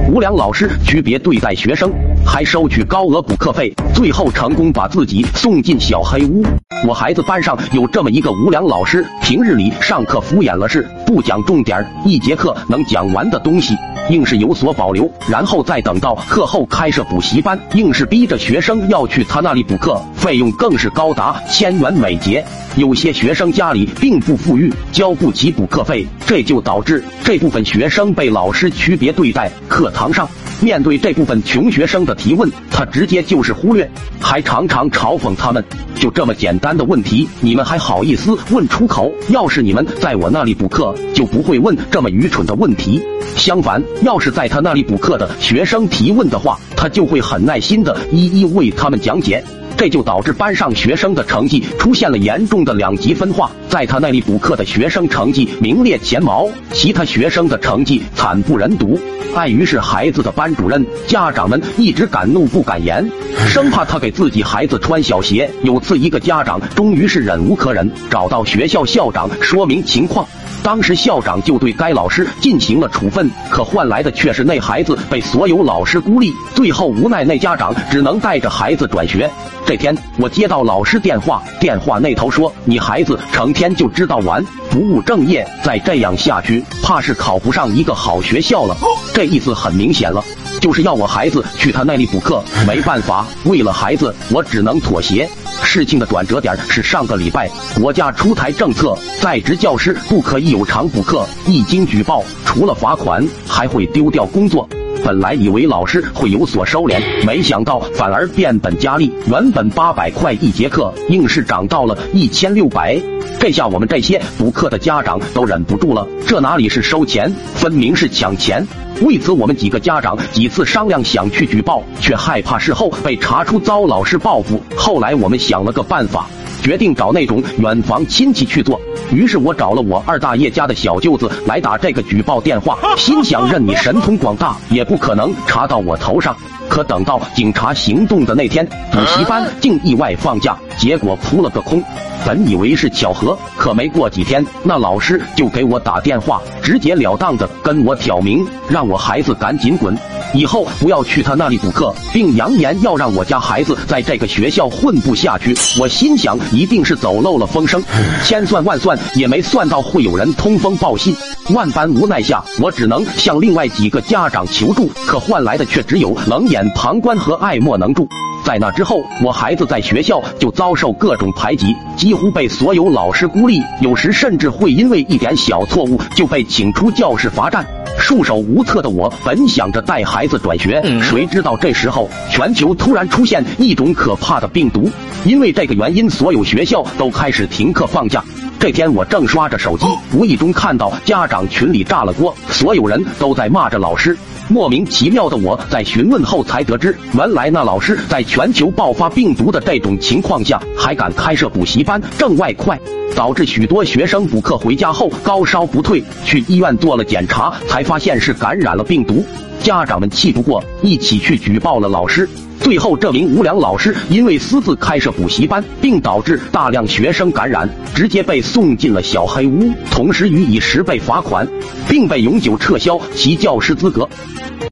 无良老师区别对待学生，还收取高额补课费，最后成功把自己送进小黑屋。我孩子班上有这么一个无良老师，平日里上课敷衍了事，不讲重点，一节课能讲完的东西硬是有所保留，然后再等到课后开设补习班，硬是逼着学生要去他那里补课，费用更是高达1000元每节。有些学生家里并不富裕，交不起补课费，这就导致这部分学生被老师区别对待。课堂上面对这部分穷学生的提问，他直接就是忽略，还常常嘲讽他们。就这么简单的问题，你们还好意思问出口？要是你们在我那里补课，就不会问这么愚蠢的问题。相反，要是在他那里补课的学生提问的话，他就会很耐心的一一为他们讲解。这就导致班上学生的成绩出现了严重的2极分化，在他那里补课的学生成绩名列前茅，其他学生的成绩惨不忍睹。碍于是孩子的班主任，家长们一直敢怒不敢言，生怕他给自己孩子穿小鞋。有次一个家长终于是忍无可忍，找到学校校长说明情况。当时校长就对该老师进行了处分，可换来的却是那孩子被所有老师孤立，最后无奈那家长只能带着孩子转学。这天我接到老师电话，电话那头说，你孩子成天就知道玩，不务正业，再这样下去怕是考不上一个好学校了。这意思很明显了，就是要我孩子去他那里补课。没办法，为了孩子我只能妥协。事情的转折点是上个礼拜国家出台政策，在职教师不可以有偿补课，一经举报除了罚款还会丢掉工作。本来以为老师会有所收敛，没想到反而变本加厉，原本800块一节课硬是涨到了1600。这下我们这些补课的家长都忍不住了，这哪里是收钱，分明是抢钱。为此我们几个家长几次商量想去举报，却害怕事后被查出遭老师报复。后来我们想了个办法，决定找那种远房亲戚去做。于是我找了我2大爷家的小舅子来打这个举报电话，心想任你神通广大，也不可能查到我头上。可等到警察行动的那天，补习班竟意外放假，结果扑了个空。本以为是巧合，可没过几天，那老师就给我打电话，直截了当的跟我挑明，让我孩子赶紧滚，以后不要去他那里补课，并扬言要让我家孩子在这个学校混不下去。我心想，一定是走漏了风声，千算万算也没算到会有人通风报信。万般无奈下，我只能向另外几个家长求助，可换来的却只有冷眼旁观和爱莫能助。在那之后，我孩子在学校就遭受各种排挤，几乎被所有老师孤立，有时甚至会因为一点小错误就被请出教室罚站。束手无策的我本想着带孩子转学，谁知道这时候全球突然出现一种可怕的病毒，因为这个原因，所有学校都开始停课放假。这天我正刷着手机，无意中看到家长群里炸了锅，所有人都在骂着老师。莫名其妙的我在询问后才得知，原来那老师在全球爆发病毒的这种情况下还敢开设补习班挣外快，导致许多学生补课回家后高烧不退，去医院做了检查才发现是感染了病毒。家长们气不过，一起去举报了老师。最后这名无良老师因为私自开设补习班，并导致大量学生感染，直接被送进了小黑屋，同时予以10倍罚款，并被永久撤销其教师资格。